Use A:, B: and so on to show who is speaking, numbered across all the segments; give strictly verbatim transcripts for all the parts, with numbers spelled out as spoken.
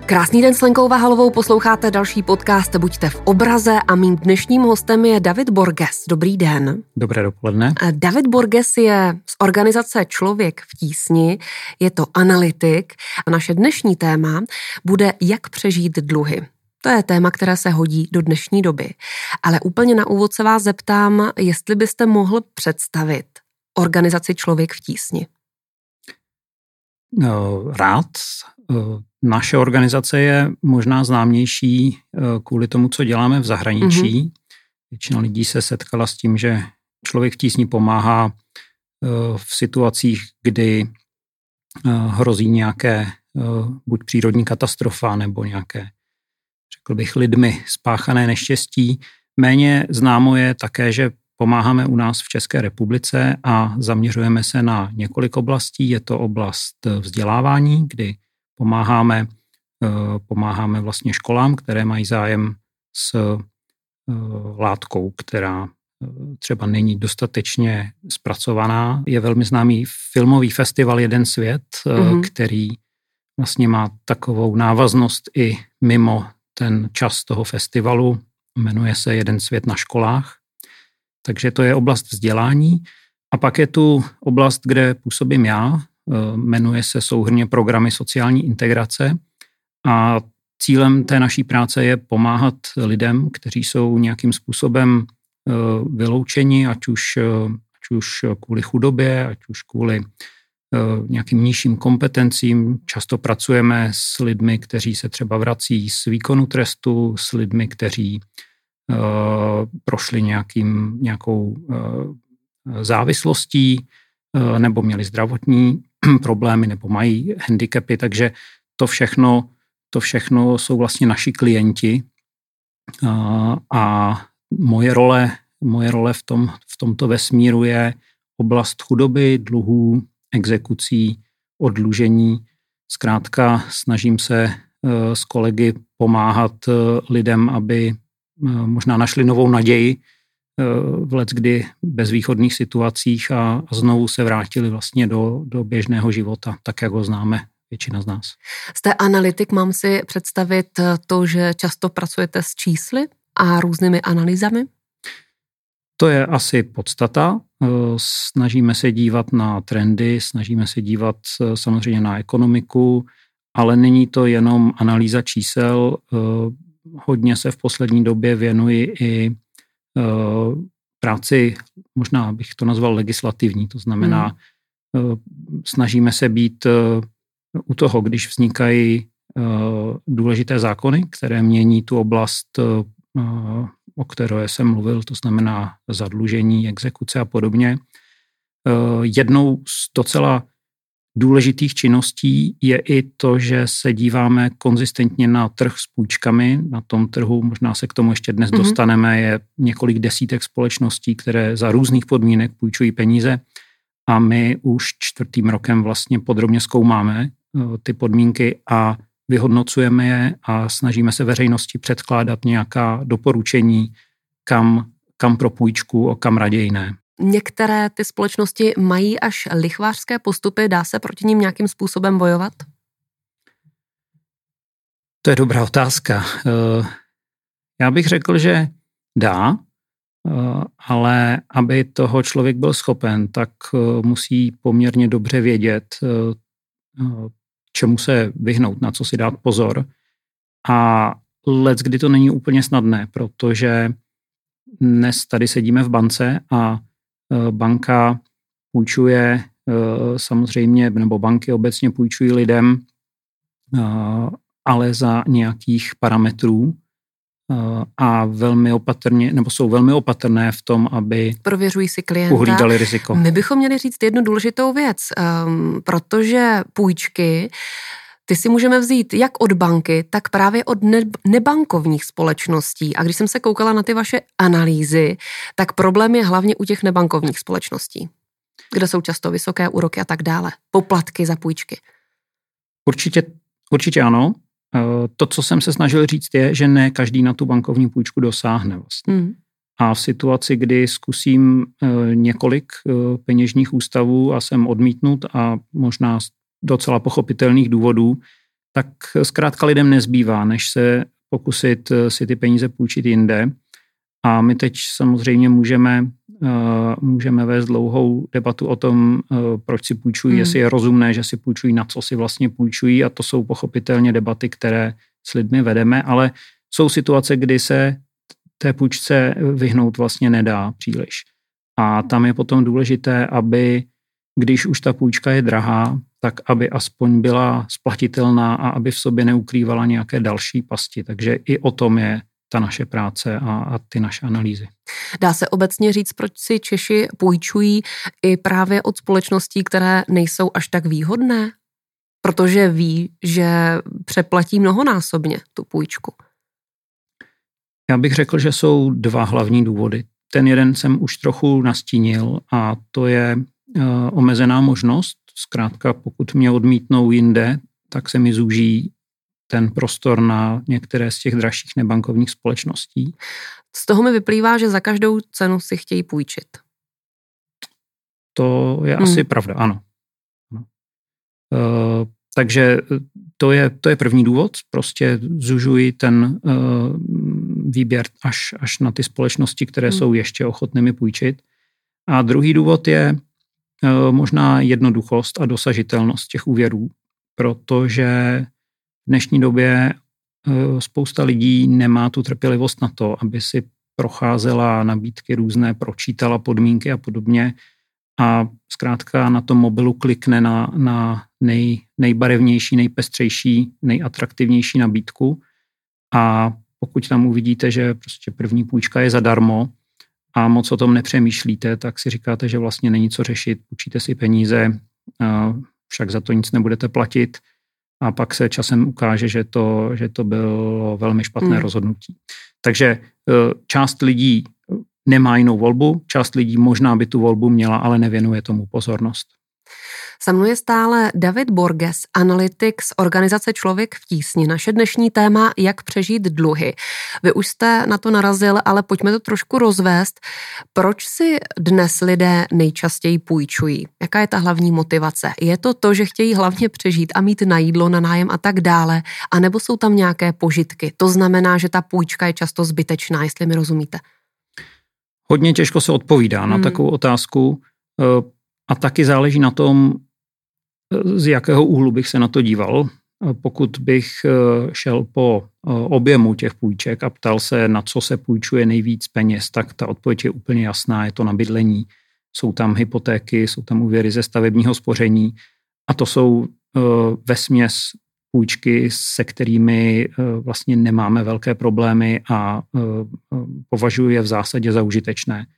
A: Krásný den s Lenkou Vahalovou, posloucháte další podcast Buďte v obraze a mým dnešním hostem je David Borges. Dobrý den.
B: Dobré dopoledne.
A: David Borges je z organizace Člověk v tísni, je to analytik a naše dnešní téma bude jak přežít dluhy. To je téma, které se hodí do dnešní doby. Ale úplně na úvod se vás zeptám, jestli byste mohl představit organizaci Člověk v tísni.
B: No, rád. Naše organizace je možná známější kvůli tomu, co děláme v zahraničí. Mm-hmm. Většina lidí se setkala s tím, že Člověk v tísni pomáhá v situacích, kdy hrozí nějaké buď přírodní katastrofa nebo nějaké, řekl bych, lidmi spáchané neštěstí. Méně známo je také, že pomáháme u nás v České republice a zaměřujeme se na několik oblastí. Je to oblast vzdělávání, kdy pomáháme, pomáháme vlastně školám, které mají zájem s látkou, která třeba není dostatečně zpracovaná. Je velmi známý filmový festival Jeden svět, mm-hmm. který vlastně má takovou návaznost i mimo ten čas toho festivalu. Jmenuje se Jeden svět na školách. Takže to je oblast vzdělání. A pak je tu oblast, kde působím já, jmenuje se souhrnně programy sociální integrace a cílem té naší práce je pomáhat lidem, kteří jsou nějakým způsobem vyloučeni, ať už, ať už kvůli chudobě, ať už kvůli nějakým nižším kompetencím. Často pracujeme s lidmi, kteří se třeba vrací z výkonu trestu, s lidmi, kteří prošli nějakým, nějakou závislostí nebo měli zdravotní problémy nebo mají handicapy, takže to všechno, to všechno jsou vlastně naši klienti a, a moje role, moje role v, tom, v tomto vesmíru je oblast chudoby, dluhů, exekucí, oddlužení. Zkrátka snažím se s kolegy pomáhat lidem, aby možná našli novou naději v leckdy bezvýchodných situacích a, a znovu se vrátili vlastně do, do běžného života, tak jak ho známe většina z nás.
A: Jste analytik, mám si představit to, že často pracujete s čísly a různými analýzami?
B: To je asi podstata. Snažíme se dívat na trendy, snažíme se dívat samozřejmě na ekonomiku, ale není to jenom analýza čísel. Hodně se v poslední době věnuji i práci, možná bych to nazval legislativní, to znamená, hmm. snažíme se být u toho, když vznikají důležité zákony, které mění tu oblast, o které jsem mluvil, to znamená zadlužení, exekuce a podobně. Jednou z docela důležitých činností je i to, že se díváme konzistentně na trh s půjčkami. Na tom trhu, možná se k tomu ještě dnes mm-hmm. dostaneme, je několik desítek společností, které za různých podmínek půjčují peníze a my už čtvrtým rokem vlastně podrobně zkoumáme ty podmínky a vyhodnocujeme je a snažíme se veřejnosti předkládat nějaká doporučení, kam, kam pro půjčku, o kam raději ne.
A: Některé ty společnosti mají až lichvářské postupy, dá se proti nim nějakým způsobem bojovat?
B: To je dobrá otázka. Já bych řekl, že dá, ale aby toho člověk byl schopen, tak musí poměrně dobře vědět, čemu se vyhnout, na co si dát pozor. A leckdy to není úplně snadné, protože dnes tady sedíme v bance a banka půjčuje samozřejmě, nebo banky obecně půjčují lidem, ale za nějakých parametrů a velmi opatrně, nebo jsou velmi opatrné v tom, aby
A: prověřují si klienta.
B: Uhlídali riziko.
A: My bychom měli říct jednu důležitou věc, um, protože půjčky, ty si můžeme vzít jak od banky, tak právě od nebankovních společností. A když jsem se koukala na ty vaše analýzy, tak problém je hlavně u těch nebankovních společností, kde jsou často vysoké úroky a tak dále. Poplatky za půjčky.
B: Určitě, určitě ano. To, co jsem se snažil říct, je, že ne každý na tu bankovní půjčku dosáhne vlastně. Mm. A v situaci, kdy zkusím několik peněžních ústavů a jsem odmítnut a možná z docela pochopitelných důvodů, tak zkrátka lidem nezbývá, než se pokusit si ty peníze půjčit jinde. A my teď samozřejmě můžeme, můžeme vést dlouhou debatu o tom, proč si půjčují, hmm. jestli je rozumné, že si půjčují, na co si vlastně půjčují, a to jsou pochopitelně debaty, které s lidmi vedeme, ale jsou situace, kdy se té půjčce vyhnout vlastně nedá příliš. A tam je potom důležité, aby, když už ta půjčka je drahá, tak aby aspoň byla splatitelná a aby v sobě neukrývala nějaké další pasti. Takže i o tom je ta naše práce a, a ty naše analýzy.
A: Dá se obecně říct, proč si Češi půjčují i právě od společností, které nejsou až tak výhodné? Protože ví, že přeplatí mnohonásobně tu půjčku.
B: Já bych řekl, že jsou dva hlavní důvody. Ten jeden jsem už trochu nastínil a to je uh, omezená možnost. Zkrátka, pokud mě odmítnou jinde, tak se mi zúží ten prostor na některé z těch dražších nebankovních společností.
A: Z toho mi vyplývá, že za každou cenu si chtějí půjčit.
B: To je hmm. asi pravda, ano. ano. Uh, takže to je, to je první důvod. Prostě zužuji ten uh, výběr až, až na ty společnosti, které hmm. jsou ještě ochotné mi půjčit. A druhý důvod je uh, možná jednoduchost a dosažitelnost těch úvěrů, protože v dnešní době spousta lidí nemá tu trpělivost na to, aby si procházela nabídky různé, pročítala podmínky a podobně a zkrátka na tom mobilu klikne na, na nej, nejbarevnější, nejpestřejší, nejatraktivnější nabídku a pokud tam uvidíte, že prostě první půjčka je zadarmo a moc o tom nepřemýšlíte, tak si říkáte, že vlastně není co řešit, půjčíte si peníze, však za to nic nebudete platit. A pak se časem ukáže, že to, že to bylo velmi špatné hmm. rozhodnutí. Takže část lidí nemá jinou volbu, část lidí možná by tu volbu měla, ale nevěnuje tomu pozornost.
A: Se mnou je stále David Borges, analytik z organizace Člověk v tísni. Naše dnešní téma, jak přežít dluhy. Vy už jste na to narazil, ale pojďme to trošku rozvést. Proč si dnes lidé nejčastěji půjčují? Jaká je ta hlavní motivace? Je to to, že chtějí hlavně přežít a mít na jídlo, na nájem a tak dále? A nebo jsou tam nějaké požitky? To znamená, že ta půjčka je často zbytečná, jestli mi rozumíte.
B: Hodně těžko se odpovídá hmm. na takovou otázku a taky záleží na tom, z jakého úhlu bych se na to díval. Pokud bych šel po objemu těch půjček a ptal se, na co se půjčuje nejvíc peněz, tak ta odpověď je úplně jasná, je to na bydlení. Jsou tam hypotéky, jsou tam úvěry ze stavebního spoření a to jsou vesměs půjčky, se kterými vlastně nemáme velké problémy a považuji je v zásadě za užitečné.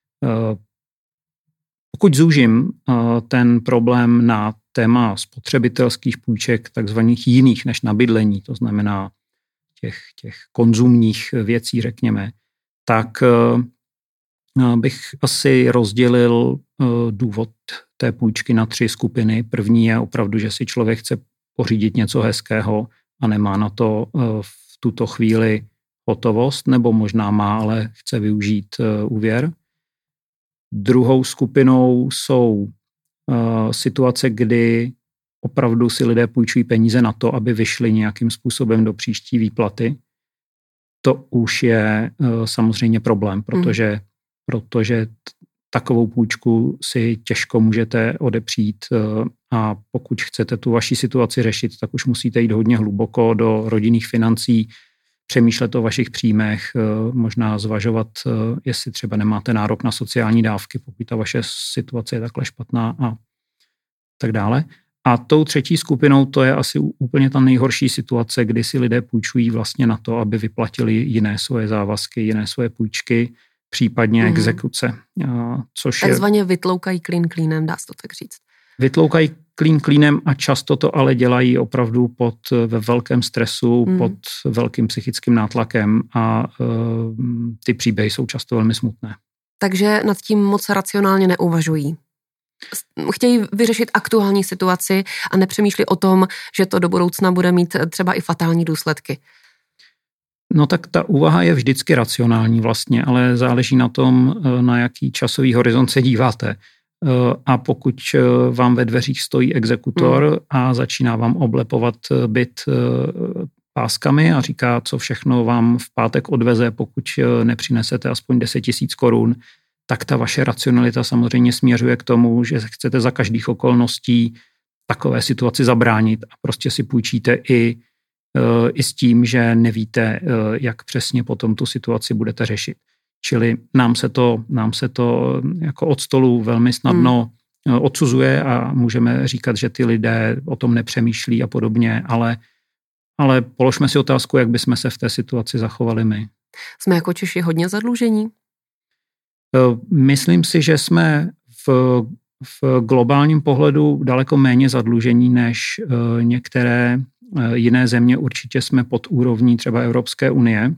B: Pokud zúžím ten problém na téma spotřebitelských půjček, takzvaných jiných než na bydlení, to znamená těch, těch konzumních věcí, řekněme, tak bych asi rozdělil důvod té půjčky na tři skupiny. První je opravdu, že si člověk chce pořídit něco hezkého a nemá na to v tuto chvíli hotovost, nebo možná má, ale chce využít úvěr. Druhou skupinou jsou uh, situace, kdy opravdu si lidé půjčují peníze na to, aby vyšli nějakým způsobem do příští výplaty. To už je uh, samozřejmě problém, protože, mm. protože t- takovou půjčku si těžko můžete odepřít uh, a pokud chcete tu vaši situaci řešit, tak už musíte jít hodně hluboko do rodinných financí, přemýšlet o vašich příjmech, možná zvažovat, jestli třeba nemáte nárok na sociální dávky, pokud ta vaše situace je takhle špatná a tak dále. A tou třetí skupinou to je asi úplně ta nejhorší situace, kdy si lidé půjčují vlastně na to, aby vyplatili jiné svoje závazky, jiné svoje půjčky, případně mm. exekuce. Což
A: Takzvaně je, vytloukají klín klínem, dá se to tak říct.
B: Vytloukají klín klínem a často to ale dělají opravdu pod, ve velkém stresu, mm. pod velkým psychickým nátlakem a uh, ty příběhy jsou často velmi smutné.
A: Takže nad tím moc racionálně neuvažují. Chtějí vyřešit aktuální situaci a nepřemýšlí o tom, že to do budoucna bude mít třeba i fatální důsledky.
B: No tak ta úvaha je vždycky racionální vlastně, ale záleží na tom, na jaký časový horizont se díváte. a pokud vám ve dveřích stojí exekutor hmm. a začíná vám oblepovat byt páskami a říká, co všechno vám v pátek odveze, pokud nepřinesete aspoň deset tisíc korun, tak ta vaše racionalita samozřejmě směřuje k tomu, že chcete za každých okolností takové situaci zabránit a prostě si půjčíte i, i s tím, že nevíte, jak přesně potom tu situaci budete řešit. Čili nám se to, nám se to jako od stolu velmi snadno hmm. odsuzuje a můžeme říkat, že ty lidé o tom nepřemýšlí a podobně, ale, ale položme si otázku, jak bychom se v té situaci zachovali my.
A: Jsme jako Češi hodně zadlužení?
B: Myslím si, že jsme v, v globálním pohledu daleko méně zadlužení než některé jiné země. Určitě jsme pod úrovní třeba Evropské unie,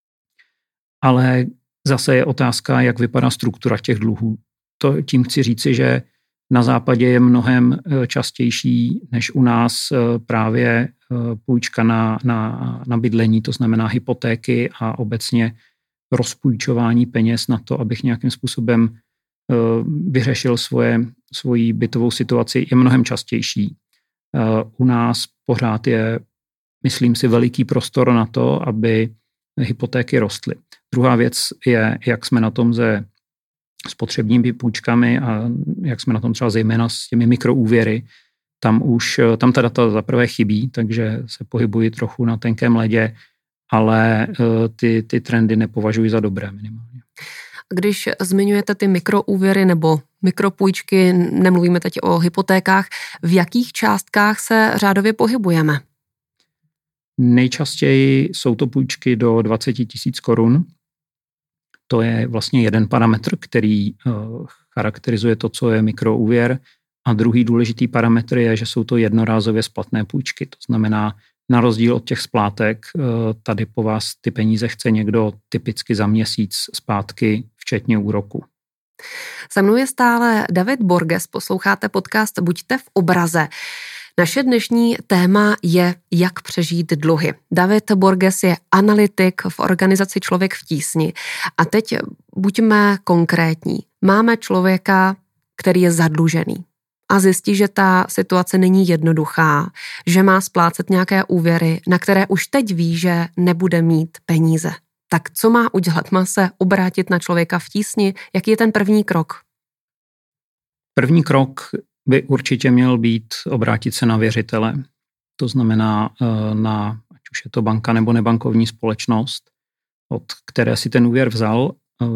B: ale zase je otázka, jak vypadá struktura těch dluhů. To, tím chci říci, že na západě je mnohem častější než u nás právě půjčka na, na, na bydlení, to znamená hypotéky a obecně rozpůjčování peněz na to, abych nějakým způsobem vyřešil svoje, svoji bytovou situaci, je mnohem častější. U nás pořád je, myslím si, veliký prostor na to, aby hypotéky rostly. Druhá věc je, jak jsme na tom se spotřebními půjčkami a jak jsme na tom třeba zejména s těmi mikroúvěry. Tam už, tam ta data zaprvé chybí, takže se pohybují trochu na tenkém ledě, ale ty, ty trendy nepovažuji za dobré minimálně.
A: Když zmiňujete ty mikroúvěry nebo mikropůjčky, nemluvíme teď o hypotékách, v jakých částkách se řádově pohybujeme?
B: Nejčastěji jsou to půjčky do dvacet tisíc korun. To je vlastně jeden parametr, který charakterizuje to, co je mikroúvěr. A druhý důležitý parametr je, že jsou to jednorázově splatné půjčky. To znamená, na rozdíl od těch splátek, tady po vás ty peníze chce někdo typicky za měsíc zpátky, včetně úroku.
A: Se mnou je stále David Borges, posloucháte podcast Buďte v obraze. Naše dnešní téma je, jak přežít dluhy. David Borges je analytik v organizaci Člověk v tísni. A teď buďme konkrétní. Máme člověka, který je zadlužený a zjistí, že ta situace není jednoduchá, že má splácet nějaké úvěry, na které už teď ví, že nebude mít peníze. Tak co má udělat? Má se obrátit na Člověka v tísni? Jaký je ten první krok?
B: První krok by určitě měl být obrátit se na věřitele. To znamená na, ať už je to banka nebo nebankovní společnost, od které si ten úvěr vzal,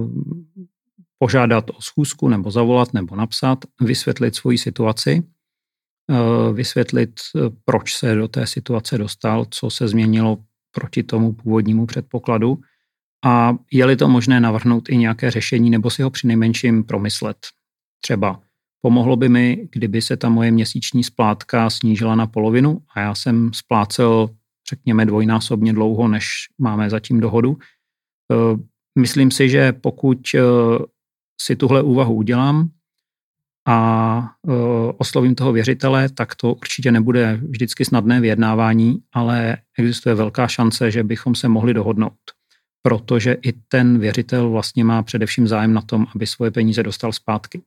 B: požádat o schůzku nebo zavolat nebo napsat, vysvětlit svoji situaci, vysvětlit, proč se do té situace dostal, co se změnilo proti tomu původnímu předpokladu a je-li to možné navrhnout i nějaké řešení nebo si ho přinejmenším promyslet. Třeba pomohlo by mi, kdyby se ta moje měsíční splátka snížila na polovinu a já jsem splácel, řekněme, dvojnásobně dlouho, než máme zatím dohodu. Myslím si, že pokud si tuhle úvahu udělám a oslovím toho věřitele, tak to určitě nebude vždycky snadné vyjednávání, ale existuje velká šance, že bychom se mohli dohodnout. Protože i ten věřitel vlastně má především zájem na tom, aby svoje peníze dostal zpátky.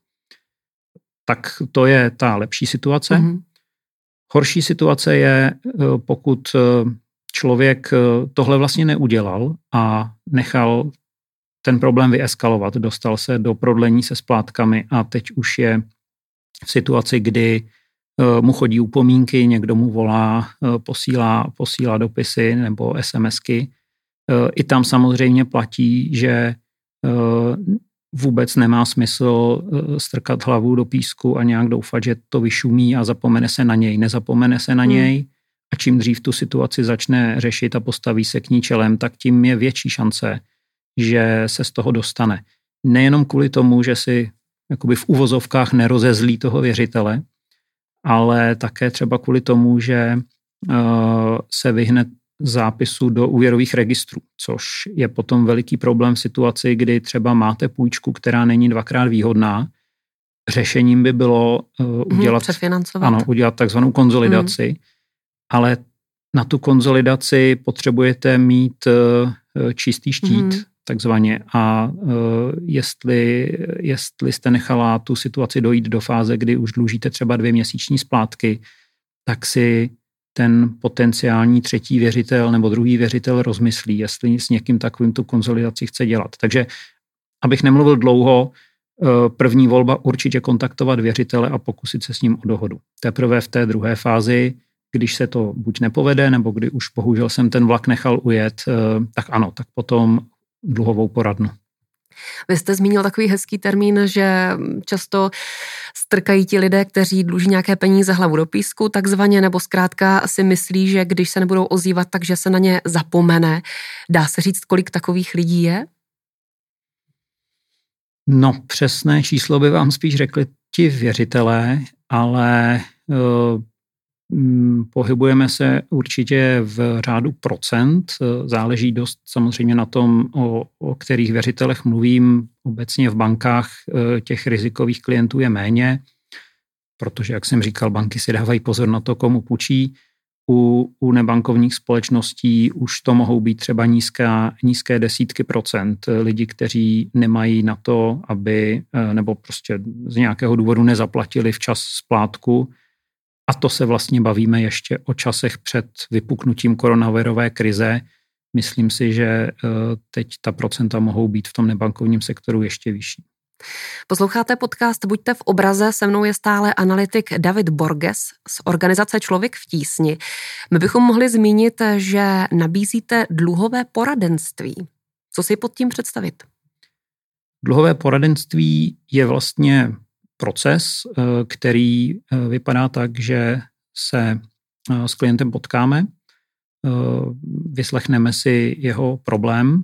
B: Tak to je ta lepší situace. Mm-hmm. Horší situace je, pokud člověk tohle vlastně neudělal a nechal ten problém vyeskalovat. Dostal se do prodlení se splátkami a teď už je v situaci, kdy mu chodí upomínky, někdo mu volá, posílá, posílá dopisy nebo SMSky. I tam samozřejmě platí, že vůbec nemá smysl strkat hlavu do písku a nějak doufat, že to vyšumí a zapomene se na něj. Nezapomene se na něj a čím dřív tu situaci začne řešit a postaví se k ní čelem, tak tím je větší šance, že se z toho dostane. Nejenom kvůli tomu, že si jakoby v uvozovkách nerozezlí toho věřitele, ale také třeba kvůli tomu, že uh, se vyhne zápisu do úvěrových registrů, což je potom veliký problém v situaci, kdy třeba máte půjčku, která není dvakrát výhodná. Řešením by bylo uh, udělat,
A: hmm,
B: ano, udělat takzvanou konzolidaci, hmm. ale na tu konzolidaci potřebujete mít uh, čistý štít, hmm. takzvaně. A jestli, jestli jste nechala tu situaci dojít do fáze, kdy už dlužíte třeba dvě měsíční splátky, tak si ten potenciální třetí věřitel nebo druhý věřitel rozmyslí, jestli s někým takovým tu konsolidaci chce dělat. Takže, abych nemluvil dlouho, první volba určitě kontaktovat věřitele a pokusit se s ním o dohodu. Teprve v té druhé fázi, když se to buď nepovede, nebo kdy už bohužel jsem ten vlak nechal ujet, tak ano, tak potom dluhovou poradnu.
A: Vy jste zmínil takový hezký termín, že často strkají ti lidé, kteří dluží nějaké peníze hlavu do písku, takzvaně, nebo zkrátka si myslí, že když se nebudou ozývat, takže se na ně zapomene. Dá se říct, kolik takových lidí je?
B: No, přesné číslo by vám spíš řekli ti věřitelé, ale uh, pohybujeme se určitě v řádu procent. Záleží dost samozřejmě na tom, o, o kterých věřitelech mluvím. Obecně v bankách těch rizikových klientů je méně, protože, jak jsem říkal, banky si dávají pozor na to, komu půjčí. U, u nebankovních společností už to mohou být třeba nízká, nízké desítky procent lidí, kteří nemají na to, aby, nebo prostě z nějakého důvodu nezaplatili včas splátku. A to se vlastně bavíme ještě o časech před vypuknutím koronavirové krize. Myslím si, že teď ta procenta mohou být v tom nebankovním sektoru ještě vyšší.
A: Posloucháte podcast Buďte v obraze, se mnou je stále analytik David Borges z organizace Člověk v tísni. My bychom mohli zmínit, že nabízíte dluhové poradenství. Co si pod tím představit?
B: Dluhové poradenství je vlastně proces, který vypadá tak, že se s klientem potkáme, vyslechneme si jeho problém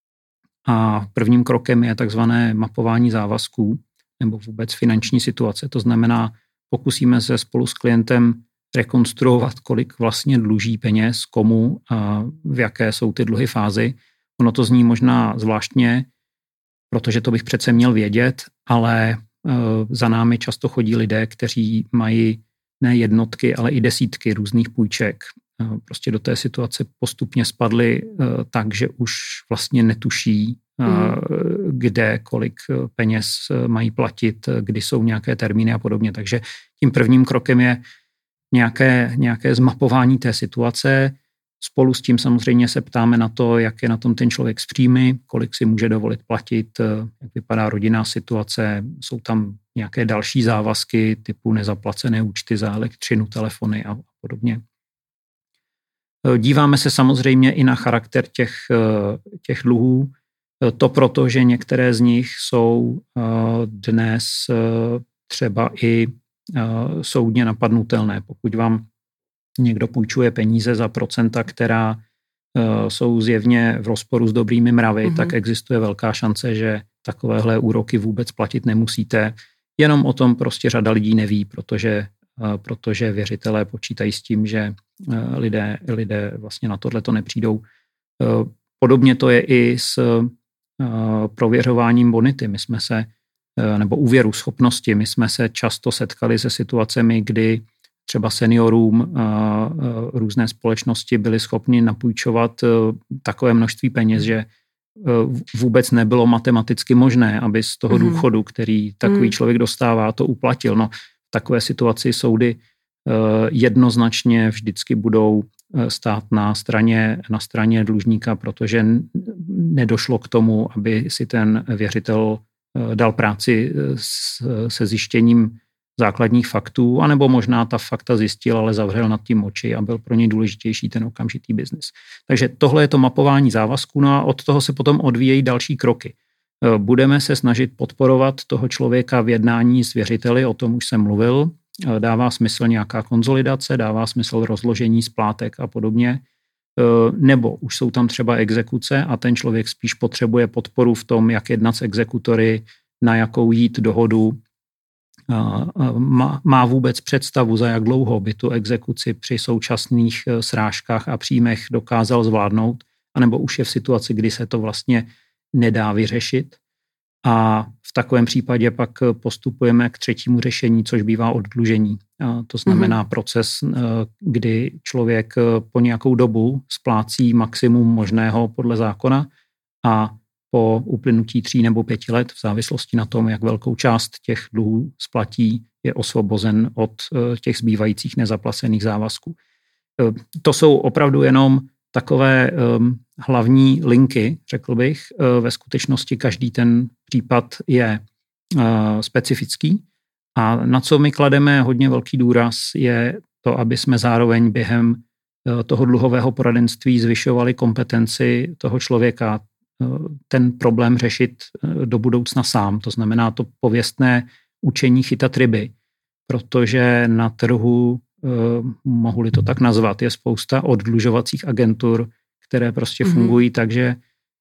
B: a prvním krokem je takzvané mapování závazků nebo vůbec finanční situace. To znamená, pokusíme se spolu s klientem rekonstruovat, kolik vlastně dluží peněz, komu a v jaké jsou ty dluhy fázy. Ono to zní možná zvláštně, protože to bych přece měl vědět, ale za námi často chodí lidé, kteří mají ne jednotky, ale i desítky různých půjček. Prostě do té situace postupně spadli tak, že už vlastně netuší, mm. kde, kolik peněz mají platit, kdy jsou nějaké termíny a podobně. Takže tím prvním krokem je nějaké, nějaké zmapování té situace. Spolu s tím samozřejmě se ptáme na to, jak je na tom ten člověk s příjmy, kolik si může dovolit platit, jak vypadá rodinná situace, jsou tam nějaké další závazky typu nezaplacené účty za elektřinu, telefony a podobně. Díváme se samozřejmě i na charakter těch, těch dluhů. To proto, že některé z nich jsou dnes třeba i soudně napadnutelné. Pokud vám někdo půjčuje peníze za procenta, která uh, jsou zjevně v rozporu s dobrými mravy, mm-hmm. tak existuje velká šance, že takovéhle úroky vůbec platit nemusíte. Jenom o tom prostě řada lidí neví, protože, uh, protože věřitelé počítají s tím, že uh, lidé, lidé vlastně na tohleto nepřijdou. Uh, podobně to je i s uh, prověřováním bonity. My jsme se, uh, nebo úvěru schopnosti, my jsme se často setkali se situacemi, kdy třeba seniorům různé společnosti byly schopni napůjčovat takové množství peněz, že vůbec nebylo matematicky možné, aby z toho důchodu, který takový člověk dostává, to uplatil. No, v takové situaci soudy jednoznačně vždycky budou stát na straně, na straně dlužníka, protože nedošlo k tomu, aby si ten věřitel dal práci se zjištěním základních faktů, anebo možná ta fakta zjistil, ale zavřel nad tím oči a byl pro něj důležitější ten okamžitý biznis. Takže tohle je to mapování závazků, no a od toho se potom odvíjejí další kroky. Budeme se snažit podporovat toho člověka v jednání s věřiteli, o tom už jsem mluvil, dává smysl nějaká konsolidace, dává smysl rozložení splátek a podobně, nebo už jsou tam třeba exekuce a ten člověk spíš potřebuje podporu v tom, jak jednat s exekutory, na jakou jít dohodu, má vůbec představu, za jak dlouho by tu exekuci při současných srážkách a příjmech dokázal zvládnout, anebo už je v situaci, kdy se to vlastně nedá vyřešit. A v takovém případě pak postupujeme k třetímu řešení, což bývá oddlužení. A to znamená mm-hmm. proces, kdy člověk po nějakou dobu splácí maximum možného podle zákona a po uplynutí tří nebo pěti let, v závislosti na tom, jak velkou část těch dluhů splatí, je osvobozen od těch zbývajících nezaplacených závazků. To jsou opravdu jenom takové um, hlavní linky, řekl bych. Ve skutečnosti každý ten případ je uh, specifický a na co my klademe hodně velký důraz je to, aby jsme zároveň během uh, toho dluhového poradenství zvyšovali kompetenci toho člověka uh, ten problém řešit uh, do budoucna sám. To znamená to pověstné učení chytat ryby, protože na trhu mohu-li to tak nazvat, je spousta oddlužovacích agentur, které prostě mm-hmm. fungují tak, že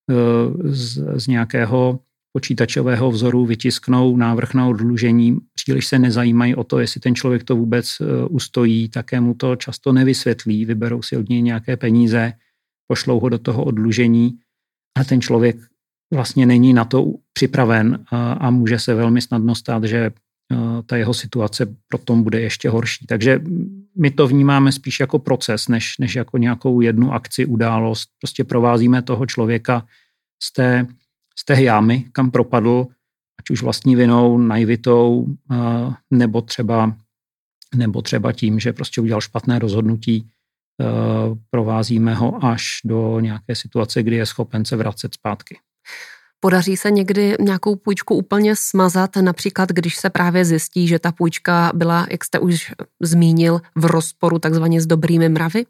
B: z, z nějakého počítačového vzoru vytisknou návrh na oddlužení, příliš se nezajímají o to, jestli ten člověk to vůbec ustojí, také mu to často nevysvětlí, vyberou si od něj nějaké peníze, pošlou ho do toho oddlužení a ten člověk vlastně není na to připraven a, a může se velmi snadno stát, že ta jeho situace potom bude ještě horší. Takže my to vnímáme spíš jako proces, než, než jako nějakou jednu akci, událost. Prostě provázíme toho člověka z té, z té jámy, kam propadl, ať už vlastní vinou, naivitou, nebo třeba, nebo třeba tím, že prostě udělal špatné rozhodnutí. Provázíme ho až do nějaké situace, kdy je schopen se vracet zpátky.
A: Podaří se někdy nějakou půjčku úplně smazat, například když se právě zjistí, že ta půjčka byla, jak jste už zmínil, v rozporu takzvaně s dobrými mravy?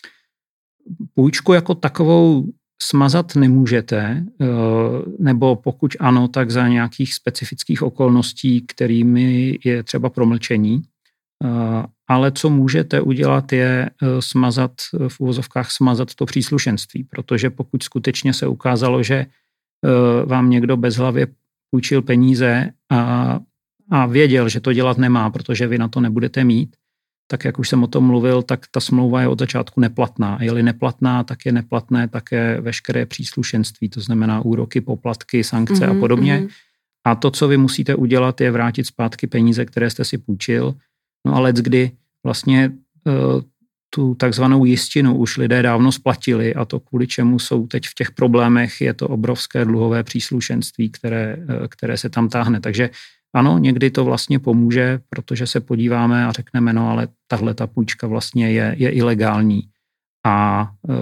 B: Půjčku jako takovou smazat nemůžete, nebo pokud ano, tak za nějakých specifických okolností, kterými je třeba promlčení. Ale co můžete udělat, je smazat, v uvozovkách smazat to příslušenství, protože pokud skutečně se ukázalo, že vám někdo bezhlavě půjčil peníze a, a věděl, že to dělat nemá, protože vy na to nebudete mít, tak jak už jsem o tom mluvil, tak ta smlouva je od začátku neplatná. Je-li neplatná, tak je neplatné také veškeré příslušenství, to znamená úroky, poplatky, sankce mm-hmm, a podobně. Mm-hmm. A to, co vy musíte udělat, je vrátit zpátky peníze, které jste si půjčil. No a leckdy vlastně tu takzvanou jistinu už lidé dávno splatili a to, kvůli čemu jsou teď v těch problémech, je to obrovské dluhové příslušenství, které, které se tam táhne. Takže ano, někdy to vlastně pomůže, protože se podíváme a řekneme, no ale tahle ta půjčka vlastně je, je ilegální. A e,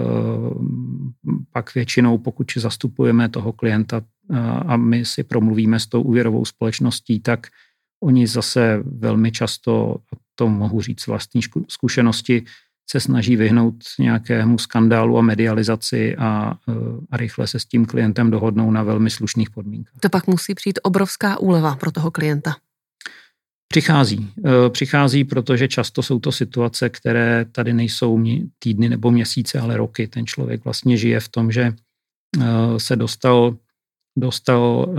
B: pak většinou, pokud zastupujeme toho klienta a, a my si promluvíme s tou úvěrovou společností, tak oni zase velmi často, a to mohu říct z vlastní zkušenosti, se snaží vyhnout nějakému skandálu a medializaci a, a rychle se s tím klientem dohodnou na velmi slušných podmínkách.
A: To pak musí přijít obrovská úleva pro toho klienta.
B: Přichází. Přichází, protože často jsou to situace, které tady nejsou týdny nebo měsíce, ale roky. Ten člověk vlastně žije v tom, že se dostal, dostal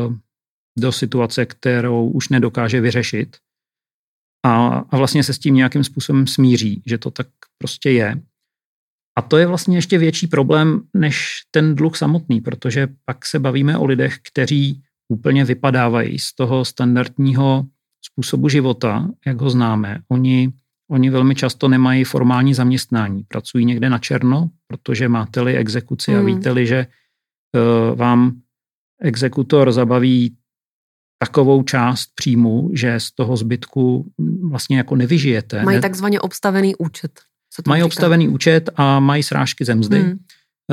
B: do situace, kterou už nedokáže vyřešit. A, a vlastně se s tím nějakým způsobem smíří, že to tak prostě je. A to je vlastně ještě větší problém než ten dluh samotný, protože pak se bavíme o lidech, kteří úplně vypadávají z toho standardního způsobu života, jak ho známe. Oni, oni velmi často nemají formální zaměstnání, pracují někde na černo, protože máte-li exekuci mm. a víte-li, že uh, vám exekutor zabaví takovou část příjmu, že z toho zbytku vlastně jako nevyžijete.
A: Mají takzvaně obstavený účet.
B: Mají
A: říká?
B: obstavený účet a mají srážky ze mzdy. Hmm.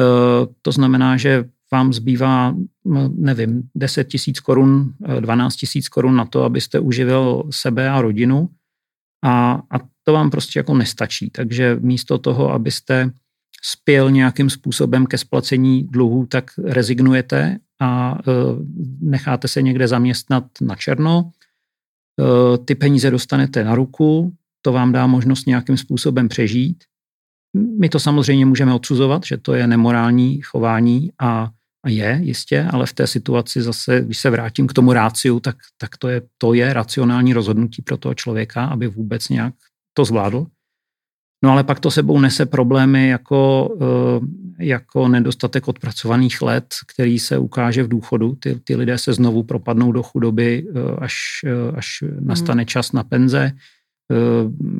B: To znamená, že vám zbývá, nevím, deset tisíc korun, dvanáct tisíc korun na to, abyste uživil sebe a rodinu a, a to vám prostě jako nestačí. Takže místo toho, abyste spěl nějakým způsobem ke splacení dluhů, tak rezignujete a necháte se někde zaměstnat na černo. Ty peníze dostanete na ruku, to vám dá možnost nějakým způsobem přežít. My to samozřejmě můžeme odsuzovat, že to je nemorální chování a, a je jistě, ale v té situaci zase, když se vrátím k tomu ráciu, tak, tak to, je, to je racionální rozhodnutí pro toho člověka, aby vůbec nějak to zvládl. No ale pak to sebou nese problémy jako, jako nedostatek odpracovaných let, který se ukáže v důchodu. Ty, ty lidé se znovu propadnou do chudoby, až, až nastane čas na penze.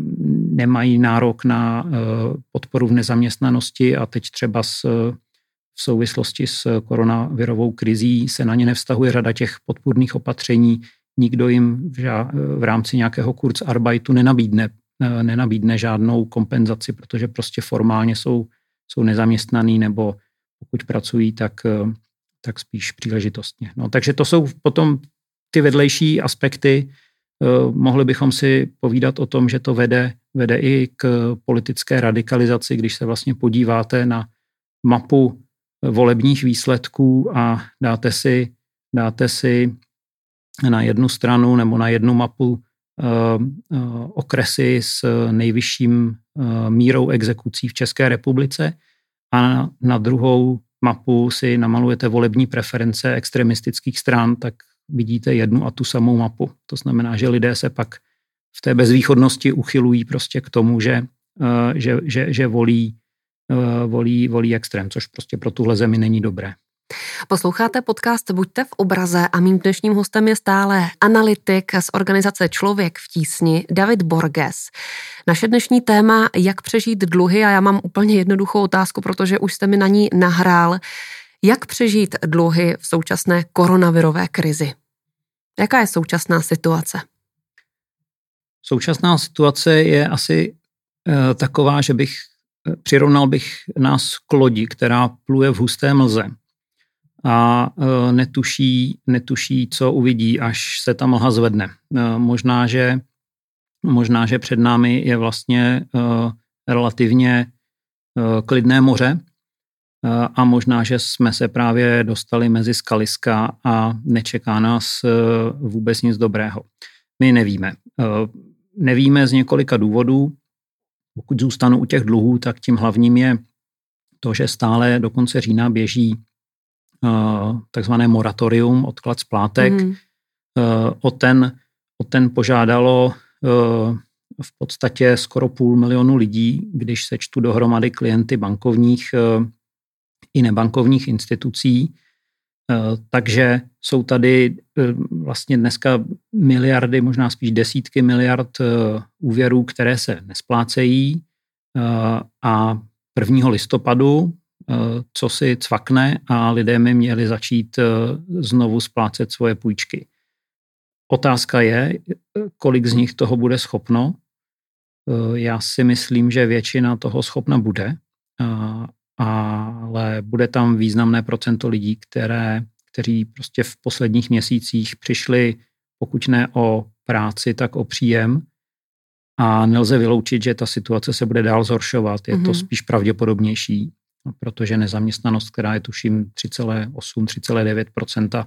B: Nemají nárok na podporu v nezaměstnanosti a teď třeba s, v souvislosti s koronavirovou krizí se na ně nevztahuje řada těch podpůrných opatření. Nikdo jim v, ža- v rámci nějakého Kurzarbeitu nenabídne, nenabídne žádnou kompenzaci, protože prostě formálně jsou, jsou nezaměstnaný nebo pokud pracují, tak, tak spíš příležitostně. No, takže to jsou potom ty vedlejší aspekty. Mohli bychom si povídat o tom, že to vede, vede i k politické radikalizaci, když se vlastně podíváte na mapu volebních výsledků a dáte si, dáte si na jednu stranu nebo na jednu mapu uh, uh, okresy s nejvyšším uh, mírou exekucí v České republice a na, na druhou mapu si namalujete volební preference extremistických stran, tak vidíte jednu a tu samou mapu. To znamená, že lidé se pak v té bezvýchodnosti uchylují prostě k tomu, že, uh, že, že, že volí, uh, volí, volí extrém, což prostě pro tuhle zemi není dobré.
A: Posloucháte podcast Buďte v obraze a mým dnešním hostem je stále analytik z organizace Člověk v tísni David Borges. Naše dnešní téma, jak přežít dluhy, a já mám úplně jednoduchou otázku, protože už jste mi na ní nahrál. Jak přežít dluhy v současné koronavirové krizi? Jaká je současná situace?
B: Současná situace je asi e, taková, že bych přirovnal bych nás k lodi, která pluje v husté mlze a e, netuší, netuší, co uvidí, až se ta mlha zvedne. E, možná, že, možná, že před námi je vlastně e, relativně e, klidné moře e, a možná, že jsme se právě dostali mezi skaliska a nečeká nás e, vůbec nic dobrého. My nevíme. E, nevíme z několika důvodů. Pokud zůstanu u těch dluhů, tak tím hlavním je to, že stále do konce října běží uh, takzvané moratorium, odklad splátek. Mm. Uh, o, ten, o ten požádalo uh, v podstatě skoro půl milionu lidí, když sečtu dohromady klienty bankovních uh, i nebankovních institucí. Uh, takže jsou tady uh, vlastně dneska miliardy, možná spíš desítky miliard uh, úvěrů, které se nesplácejí uh, a prvního listopadu, uh, co si cvakne a lidé by měli začít uh, znovu splácet svoje půjčky. Otázka je, kolik z nich toho bude schopno. Uh, já si myslím, že většina toho schopna bude, uh, ale bude tam významné procento lidí, které kteří prostě v posledních měsících přišli, pokud ne o práci, tak o příjem a nelze vyloučit, že ta situace se bude dál zhoršovat. Je mm-hmm. to spíš pravděpodobnější, protože nezaměstnanost, která je tuším tři celá osm, tři celá devět procenta,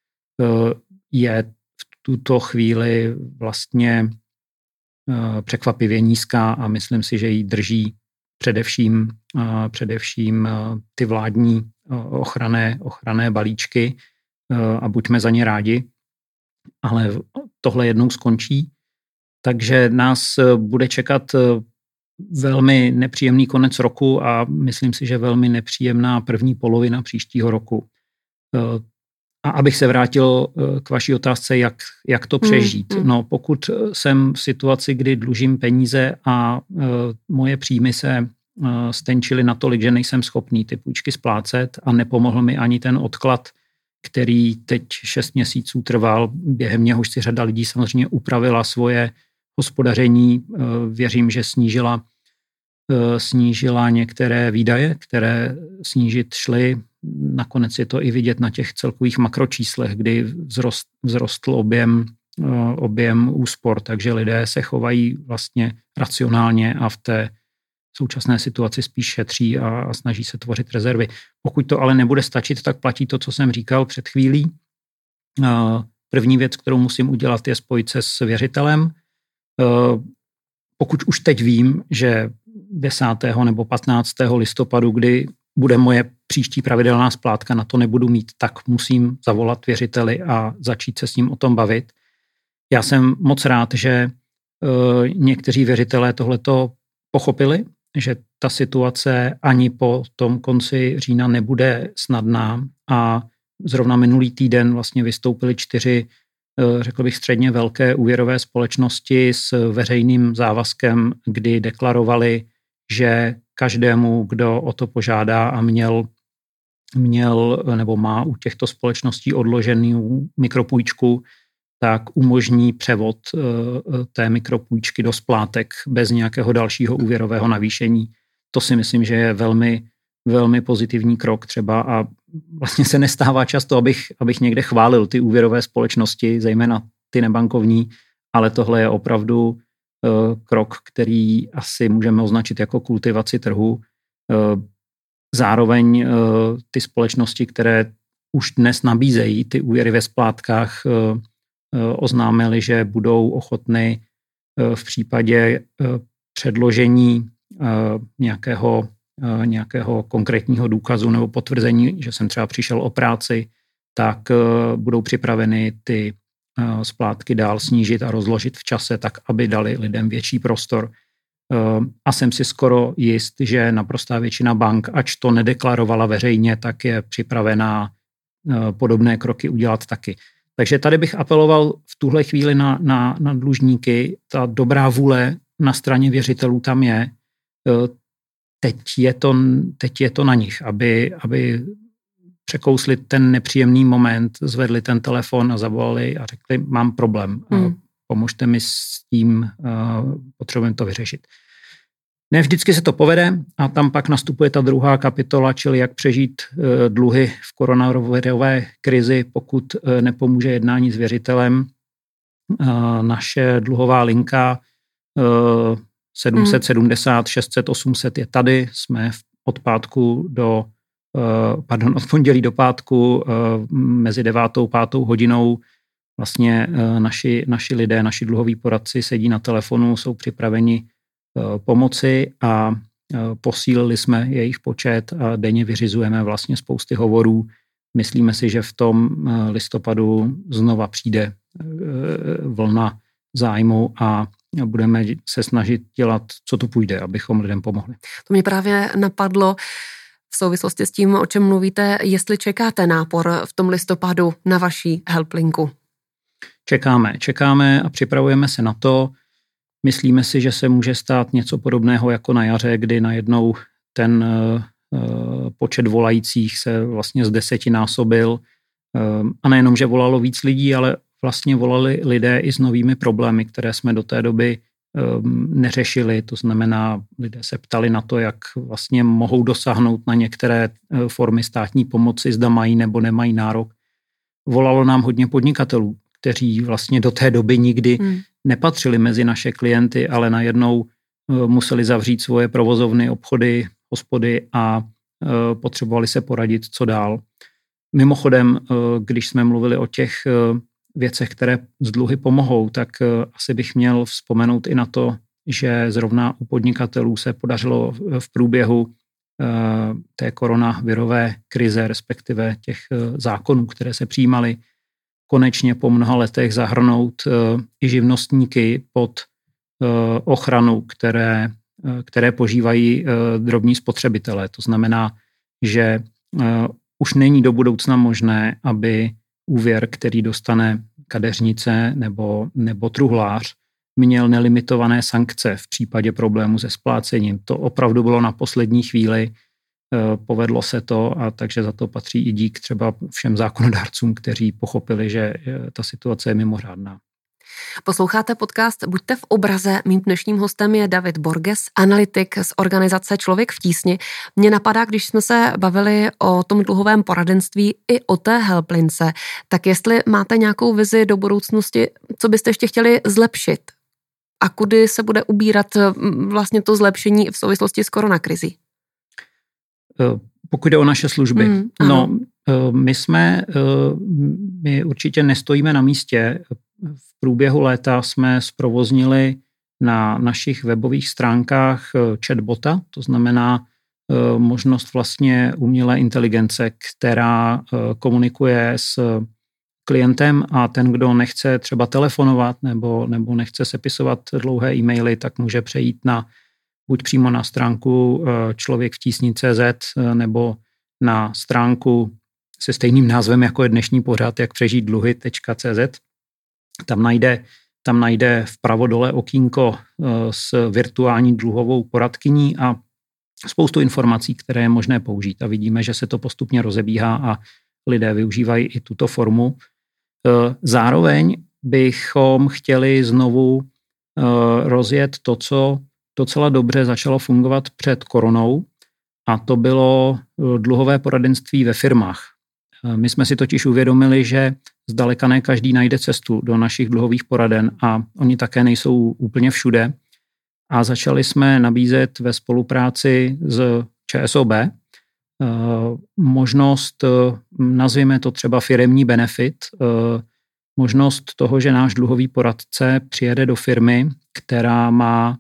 B: je v tuto chvíli vlastně překvapivě nízká a myslím si, že ji drží především, především ty vládní ochranné, ochranné balíčky a buďme za ně rádi, ale tohle jednou skončí, takže nás bude čekat velmi nepříjemný konec roku a myslím si, že velmi nepříjemná první polovina příštího roku. A abych se vrátil k vaší otázce, jak, jak to přežít. Mm, mm. No, pokud jsem v situaci, kdy dlužím peníze a uh, moje příjmy se uh, stenčily natolik, že nejsem schopný ty půjčky splácet a nepomohl mi ani ten odklad, který teď šest měsíců trval, během něhož si řada lidí samozřejmě upravila svoje hospodaření. Uh, věřím, že snížila, uh, snížila některé výdaje, které snížit šly. Nakonec je to i vidět na těch celkových makročíslech, kdy vzrost, vzrostl objem, objem úspor, takže lidé se chovají vlastně racionálně a v té současné situaci spíš šetří a, a snaží se tvořit rezervy. Pokud to ale nebude stačit, tak platí to, co jsem říkal před chvílí. První věc, kterou musím udělat, je spojit se s věřitelem. Pokud už teď vím, že desátého nebo patnáctého listopadu, kdy bude moje příští pravidelná splátka, na to nebudu mít, tak musím zavolat věřiteli a začít se s ním o tom bavit. Já jsem moc rád, že e, někteří věřitelé tohleto pochopili, že ta situace ani po tom konci října nebude snadná a zrovna minulý týden vlastně vystoupily čtyři, e, řekl bych, středně velké úvěrové společnosti s veřejným závazkem, kdy deklarovali, že každému, kdo o to požádá a měl měl nebo má u těchto společností odloženou mikropůjčku, tak umožní převod té mikropůjčky do splátek bez nějakého dalšího úvěrového navýšení. To si myslím, že je velmi, velmi pozitivní krok třeba a vlastně se nestává často, abych, abych někde chválil ty úvěrové společnosti, zejména ty nebankovní, ale tohle je opravdu uh, krok, který asi můžeme označit jako kultivaci trhu. Uh, zároveň uh, ty společnosti, které už dnes nabízejí ty úvěry ve splátkách, uh, uh, oznámili, že budou ochotny uh, v případě uh, předložení uh, nějakého, uh, nějakého konkrétního důkazu nebo potvrzení, že jsem třeba přišel o práci, tak uh, budou připraveny ty splátky dál snížit a rozložit v čase tak, aby dali lidem větší prostor. A jsem si skoro jist, že naprostá většina bank, ač to nedeklarovala veřejně, tak je připravená podobné kroky udělat taky. Takže tady bych apeloval v tuhle chvíli na, na, na dlužníky. Ta dobrá vůle na straně věřitelů tam je. Teď je to, teď je to na nich, aby, aby překousli ten nepříjemný moment, zvedli ten telefon a zavolali a řekli, mám problém, hmm. pomožte mi s tím, potřebujeme to vyřešit. Ne vždycky se to povede a tam pak nastupuje ta druhá kapitola, čili jak přežít dluhy v koronavirové krizi, pokud nepomůže jednání s věřitelem. Naše dluhová linka sedm set sedmdesát šest set osm set je tady, jsme od pátku do pardon, od pondělí do pátku mezi devátou a pátou hodinou vlastně naši, naši lidé, naši dluhoví poradci sedí na telefonu, jsou připraveni pomoci a posílili jsme jejich počet a denně vyřizujeme vlastně spousty hovorů. Myslíme si, že v tom listopadu znova přijde vlna zájmu a budeme se snažit dělat, co tu půjde, abychom lidem pomohli.
A: To mě právě napadlo v souvislosti s tím, o čem mluvíte, jestli čekáte nápor v tom listopadu na vaší helplinku.
B: Čekáme, čekáme a připravujeme se na to. Myslíme si, že se může stát něco podobného jako na jaře, kdy najednou ten uh, počet volajících se vlastně z deseti násobil. Uh, a nejenom, že volalo víc lidí, ale vlastně volali lidé i s novými problémy, které jsme do té doby um, neřešili. To znamená, lidé se ptali na to, jak vlastně mohou dosáhnout na některé uh, formy státní pomoci, zda mají nebo nemají nárok. Volalo nám hodně podnikatelů, kteří vlastně do té doby nikdy hmm. nepatřili mezi naše klienty, ale najednou uh, museli zavřít svoje provozovny, obchody, hospody a uh, potřebovali se poradit, co dál. Mimochodem, uh, když jsme mluvili o těch uh, věcech, které z dluhy pomohou, tak uh, asi bych měl vzpomenout i na to, že zrovna u podnikatelů se podařilo v průběhu uh, té koronavirové krize, respektive těch uh, zákonů, které se přijímaly, konečně po mnoha letech zahrnout uh, i živnostníky pod uh, ochranu, které, uh, které požívají uh, drobní spotřebitelé. To znamená, že uh, už není do budoucna možné, aby úvěr, který dostane kadeřnice nebo, nebo truhlář, měl nelimitované sankce v případě problému se splácením. To opravdu bylo na poslední chvíli. Povedlo se to a takže za to patří i dík třeba všem zákonodárcům, kteří pochopili, že ta situace je mimořádná.
A: Posloucháte podcast Buďte v obraze. Mým dnešním hostem je David Borges, analytik z organizace Člověk v tísni. Mně napadá, když jsme se bavili o tom dluhovém poradenství i o té helplince, tak jestli máte nějakou vizi do budoucnosti, co byste ještě chtěli zlepšit a kudy se bude ubírat vlastně to zlepšení v souvislosti s koronakrizí?
B: Pokud jde o naše služby, mm, no, my jsme, my určitě nestojíme na místě. V průběhu léta jsme zprovoznili na našich webových stránkách chatbota, to znamená možnost vlastně umělé inteligence, která komunikuje s klientem a ten, kdo nechce třeba telefonovat nebo, nebo nechce sepisovat dlouhé e-maily, tak může přejít na buď přímo na stránku člověk v tísni tečka cé zet nebo na stránku se stejným názvem, jako je dnešní pořad, jak přežít dluhy tečka cé zet. Tam najde, tam najde vpravo dole okýnko s virtuální dluhovou poradkyní a spoustu informací, které je možné použít a vidíme, že se to postupně rozebíhá a lidé využívají i tuto formu. Zároveň bychom chtěli znovu rozjet to, co docela dobře začalo fungovat před koronou, a to bylo dluhové poradenství ve firmách. My jsme si totiž uvědomili, že zdaleka ne každý najde cestu do našich dluhových poraden a oni také nejsou úplně všude. A začali jsme nabízet ve spolupráci s ČSOB možnost, nazvěme to třeba firemní benefit, možnost toho, že náš dluhový poradce přijede do firmy, která má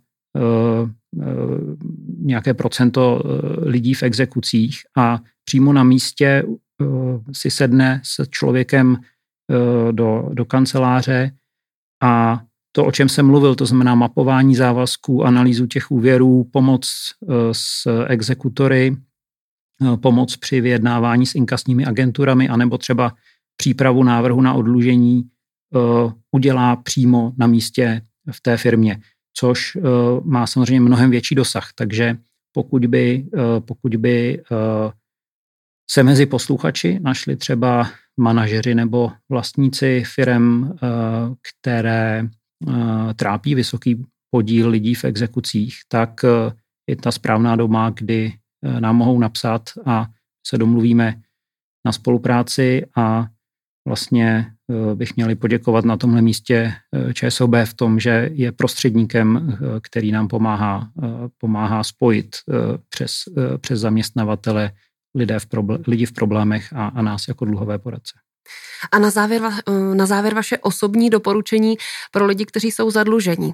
B: nějaké procento lidí v exekucích a přímo na místě si sedne s člověkem do, do kanceláře a to, o čem jsem mluvil, to znamená mapování závazků, analýzu těch úvěrů, pomoc s exekutory, pomoc při vyjednávání s inkasními agenturami anebo třeba přípravu návrhu na oddlužení udělá přímo na místě v té firmě, což má samozřejmě mnohem větší dosah. Takže pokud by, pokud by se mezi posluchači našli třeba manažeři nebo vlastníci firem, které trápí vysoký podíl lidí v exekucích, tak je ta správná doba, kdy nám mohou napsat a se domluvíme na spolupráci a vlastně bych měli poděkovat na tomhle místě ČSOB v tom, že je prostředníkem, který nám pomáhá, pomáhá spojit přes, přes zaměstnavatele lidé v probl- lidi v problémech a, a nás jako dluhové poradce.
A: A na závěr, na závěr vaše osobní doporučení pro lidi, kteří jsou zadlužení.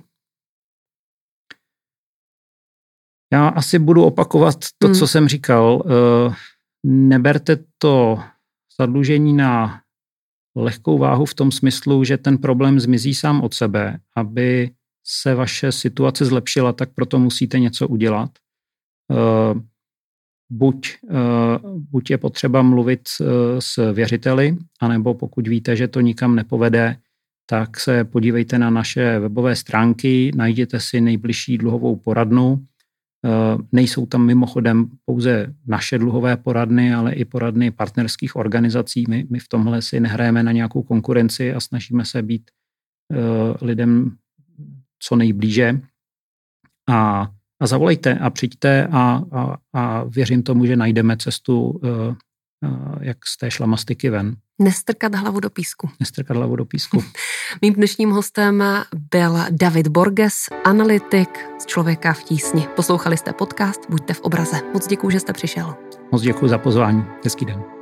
B: Já asi budu opakovat to, hmm. co jsem říkal. Neberte to zadlužení na lehkou váhu v tom smyslu, že ten problém zmizí sám od sebe. Aby se vaše situace zlepšila, tak proto musíte něco udělat. Buď, buď je potřeba mluvit s věřiteli, anebo pokud víte, že to nikam nepovede, tak se podívejte na naše webové stránky, najděte si nejbližší dluhovou poradnu. Nejsou tam mimochodem pouze naše dluhové poradny, ale i poradny partnerských organizací. My, my v tomhle si nehrajeme na nějakou konkurenci a snažíme se být lidem co nejblíže. A A zavolejte a přijďte a, a, a věřím tomu, že najdeme cestu, uh, uh, jak z té šlamastiky ven.
A: Nestrkat hlavu do písku.
B: Nestrkat hlavu do písku.
A: Mým dnešním hostem byl David Borges, analytik z Člověka v tísni. Poslouchali jste podcast Buďte v obraze. Moc děkuju, že jste přišel.
B: Moc děkuju za pozvání. Hezký den.